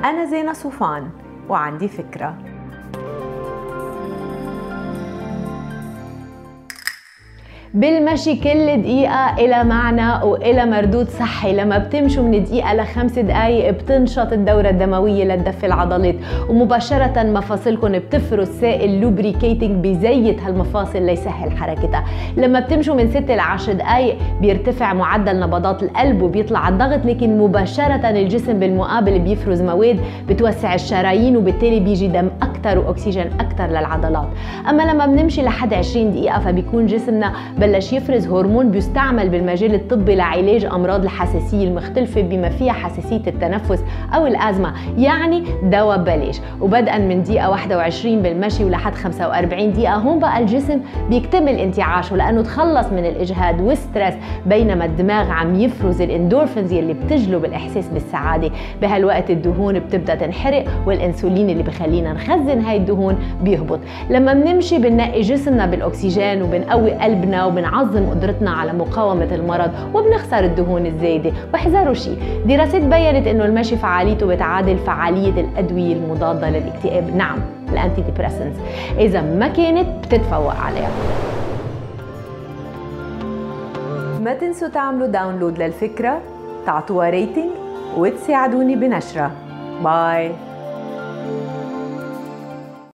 أنا زينة صوفان وعندي فكرة. بالمشي كل دقيقة إلى معنى وإلى مردود صحي. لما بتمشوا من دقيقة ل5 دقايق بتنشط الدورة الدموية لتدفي العضلات، ومباشرة مفاصلكم بتفرز سائل لوبريكيتنج بزيت هالمفاصل ليسهل حركتها. لما بتمشوا من 6 ل10 دقايق بيرتفع معدل نبضات القلب وبيطلع الضغط، لكن مباشرة الجسم بالمقابل بيفرز مواد بتوسع الشرايين، وبالتالي بيجي دم أكتر وأكسجين أكتر للعضلات. أما لما بنمشي لحد 20 دقيقة فبيكون جسمنا بلش يفرز هرمون بيستعمل بالمجال الطبي لعلاج امراض الحساسيه المختلفه بما فيها حساسيه التنفس او الازمه، يعني دواء ببلاش. وبدءا من دقيقه 21 بالمشي ولحد 45 دقيقه هون بقى الجسم بيكتمل انتعاشه لانه تخلص من الاجهاد والستريس، بينما الدماغ عم يفرز الاندورفينز اللي بتجلب الاحساس بالسعاده. بهالوقت الدهون بتبدا تنحرق والانسولين اللي بخلينا نخزن هاي الدهون بيهبط. لما بنمشي بننقي جسمنا بالاكسجين وبنقوي قلبنا وبنعظم قدرتنا على مقاومة المرض وبنخسر الدهون الزايدة. واحذروا شيء، دراسات بيّنت انه المشي فعاليته بتعادل فعالية الأدوية المضادة للاكتئاب، نعم الانتي ديبريسنتس، إذا ما كانت بتتفوق عليها. ما تنسوا تعملوا داونلود للفكرة، تعطوها ريتنج وتساعدوني بنشرها. باي.